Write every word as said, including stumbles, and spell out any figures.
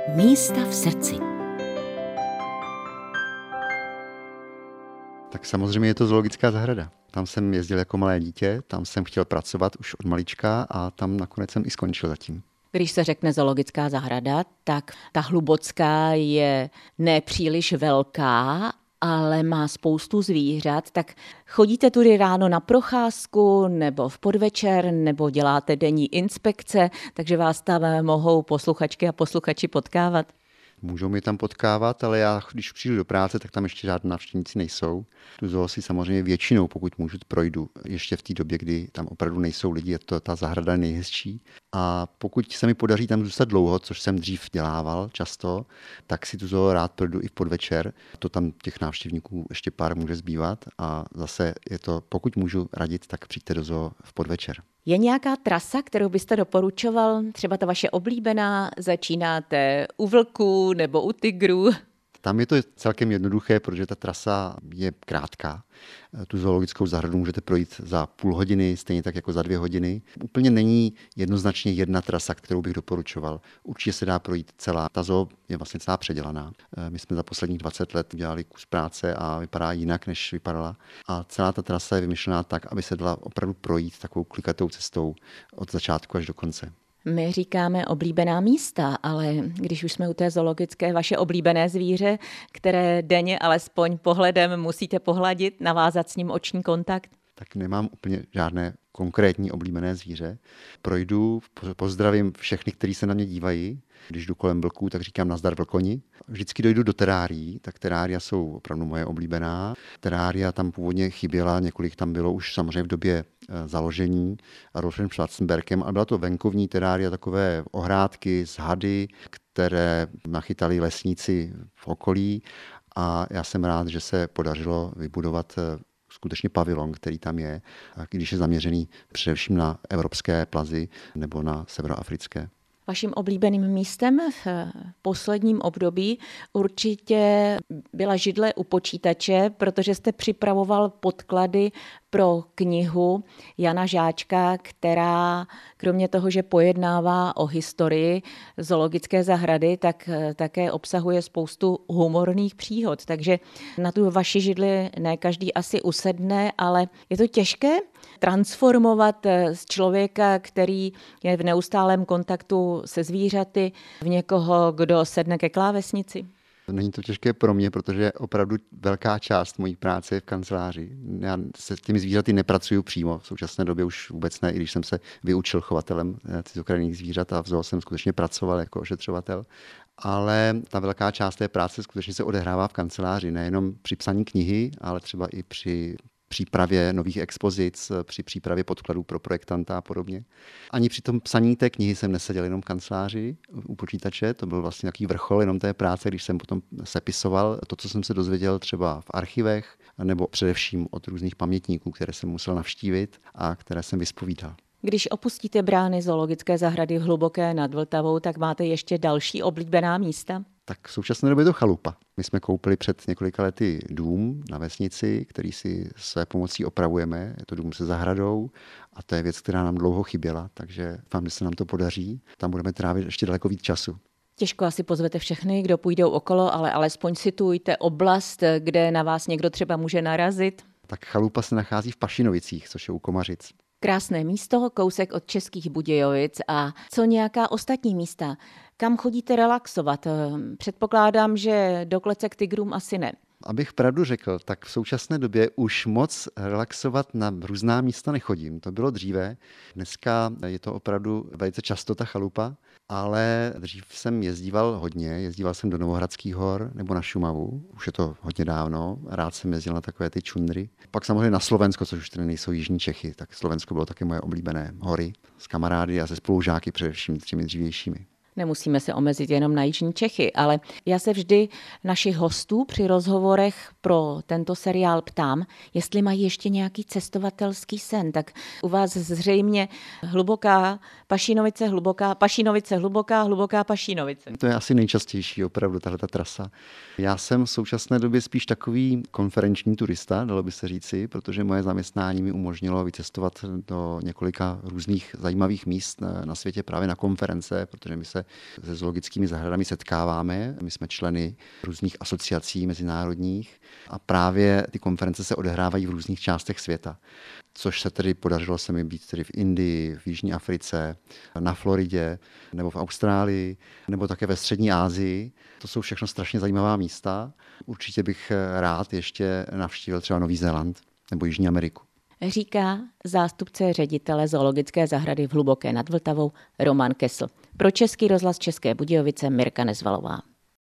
Místa v srdci. Tak samozřejmě je to zoologická zahrada. Tam jsem jezdil jako malé dítě, tam jsem chtěl pracovat už od malička a tam nakonec jsem i skončil zatím. Když se řekne zoologická zahrada, tak ta Hlubocká je nepříliš velká, ale má spoustu zvířat, tak chodíte tudy ráno na procházku nebo v podvečer, nebo děláte denní inspekce, takže vás tam mohou posluchačky a posluchači potkávat? Můžou mě tam potkávat, ale já, když přijdu do práce, tak tam ještě žádní návštěvníci nejsou. Tu zoo si samozřejmě většinou, pokud můžu, projdu ještě v té době, kdy tam opravdu nejsou lidi, je to ta zahrada nejhezčí. A pokud se mi podaří tam zůstat dlouho, což jsem dřív dělával často, tak si tu zoo rád projdu i v podvečer. To tam těch návštěvníků ještě pár může zbývat a zase je to, pokud můžu radit, tak přijďte do zoo v podvečer. Je nějaká trasa, kterou byste doporučoval? Třeba ta vaše oblíbená, začínáte u vlků nebo u tigrů? Tam je to celkem jednoduché, protože ta trasa je krátká. Tu zoologickou zahradu můžete projít za půl hodiny, stejně tak jako za dvě hodiny. Úplně není jednoznačně jedna trasa, kterou bych doporučoval. Určitě se dá projít celá. Ta zoo je vlastně celá předělaná. My jsme za posledních dvacet let dělali kus práce a vypadá jinak, než vypadala. A celá ta trasa je vymyšlená tak, aby se dala opravdu projít takovou klikatou cestou od začátku až do konce. My říkáme oblíbená místa, ale když už jsme u té zoologické, vaše oblíbené zvíře, které denně alespoň pohledem musíte pohladit, navázat s ním oční kontakt? Tak nemám úplně žádné konkrétní oblíbené zvíře. Projdu, pozdravím všechny, kteří se na mě dívají. Když jdu kolem vlků, tak říkám nazdar vlkoni. Vždycky dojdu do terárií, tak terária jsou opravdu moje oblíbená. Terária tam původně chyběla, několik tam bylo už samozřejmě v době založení Rolfem Schwarzenbergem, a byla to venkovní terária, takové ohrádky z hady, které nachytali lesníci v okolí, a já jsem rád, že se podařilo vybudovat skutečně pavilon, který tam je, když je zaměřený především na evropské plazy nebo na severoafrické. Vaším oblíbeným místem v posledním období určitě byla židle u počítače, protože jste připravoval podklady pro knihu Jana Žáčka, která kromě toho, že pojednává o historii zoologické zahrady, tak také obsahuje spoustu humorných příhod. Takže na tu vaši židli ne každý asi usedne, ale je to těžké transformovat z člověka, který je v neustálém kontaktu se zvířaty, v někoho, kdo sedne ke klávesnici? Není to těžké pro mě, protože opravdu velká část mojí práce je v kanceláři. Já se s těmi zvířaty nepracuju přímo. V současné době už vůbec ne, i když jsem se vyučil chovatelem cizokrajných zvířat a v zoo jsem skutečně pracoval jako ošetřovatel. Ale ta velká část té práce skutečně se odehrává v kanceláři, nejenom při psaní knihy, ale třeba i při přípravě nových expozic, při přípravě podkladů pro projektanta a podobně. Ani při tom psaní té knihy jsem neseděl jenom v kanceláři u počítače, to byl vlastně nějaký vrchol jenom té práce, když jsem potom sepisoval to, co jsem se dozvěděl třeba v archivech, nebo především od různých pamětníků, které jsem musel navštívit a které jsem vyspovídal. Když opustíte brány zoologické zahrady v Hluboké nad Vltavou, tak máte ještě další oblíbená místa? Tak v současné době je to chalupa. My jsme koupili před několika lety dům na vesnici, který si své pomocí opravujeme. Je to dům se zahradou a to je věc, která nám dlouho chyběla, takže doufám, že se nám to podaří. Tam budeme trávit ještě daleko víc času. Těžko asi pozvete všechny, kdo půjdou okolo, ale alespoň situujte oblast, kde na vás někdo třeba může narazit. Tak chalupa se nachází v Pašinovicích, což je u Komařic. Krásné místo, kousek od Českých Budějovic. A co nějaká ostatní místa? Kam chodíte relaxovat? Předpokládám, že do klece k tigrům asi ne. Abych pravdu řekl, tak v současné době už moc relaxovat na různá místa nechodím. To bylo dříve. Dneska je to opravdu velice často ta chalupa, ale dřív jsem jezdíval hodně. Jezdíval jsem do Novohradských hor nebo na Šumavu. Už je to hodně dávno. Rád jsem jezdil na takové ty čundry. Pak samozřejmě na Slovensko, což už tedy nejsou jižní Čechy. Tak Slovensko bylo také moje oblíbené hory s kamarády a se spolužáky, především těmi dřívějšími. Nemusíme se omezit jenom na jižní Čechy, ale já se vždy našich hostů při rozhovorech pro tento seriál ptám, jestli mají ještě nějaký cestovatelský sen. Tak u vás zřejmě Hluboká Pašinovice, Hluboká Pašinovice, Hluboká, Hluboká Pašinovice. To je asi nejčastější opravdu tahleta trasa. Já jsem v současné době spíš takový konferenční turista, dalo by se říci, protože moje zaměstnání mi umožnilo vycestovat do několika různých zajímavých míst na světě právě na konference, protože my se se se zoologickými zahradami setkáváme. My jsme členy různých asociací mezinárodních a právě ty konference se odehrávají v různých částech světa. Což se tedy podařilo se mi být tedy v Indii, v Jižní Africe, na Floridě, nebo v Austrálii, nebo také ve Střední Asii. To jsou všechno strašně zajímavá místa. Určitě bych rád ještě navštívil třeba Nový Zéland nebo Jižní Ameriku. Říká zástupce ředitele zoologické zahrady v Hluboké nad Vltavou Roman Kesl. Pro Český rozhlas České Budějovice Mirka Nezvalová.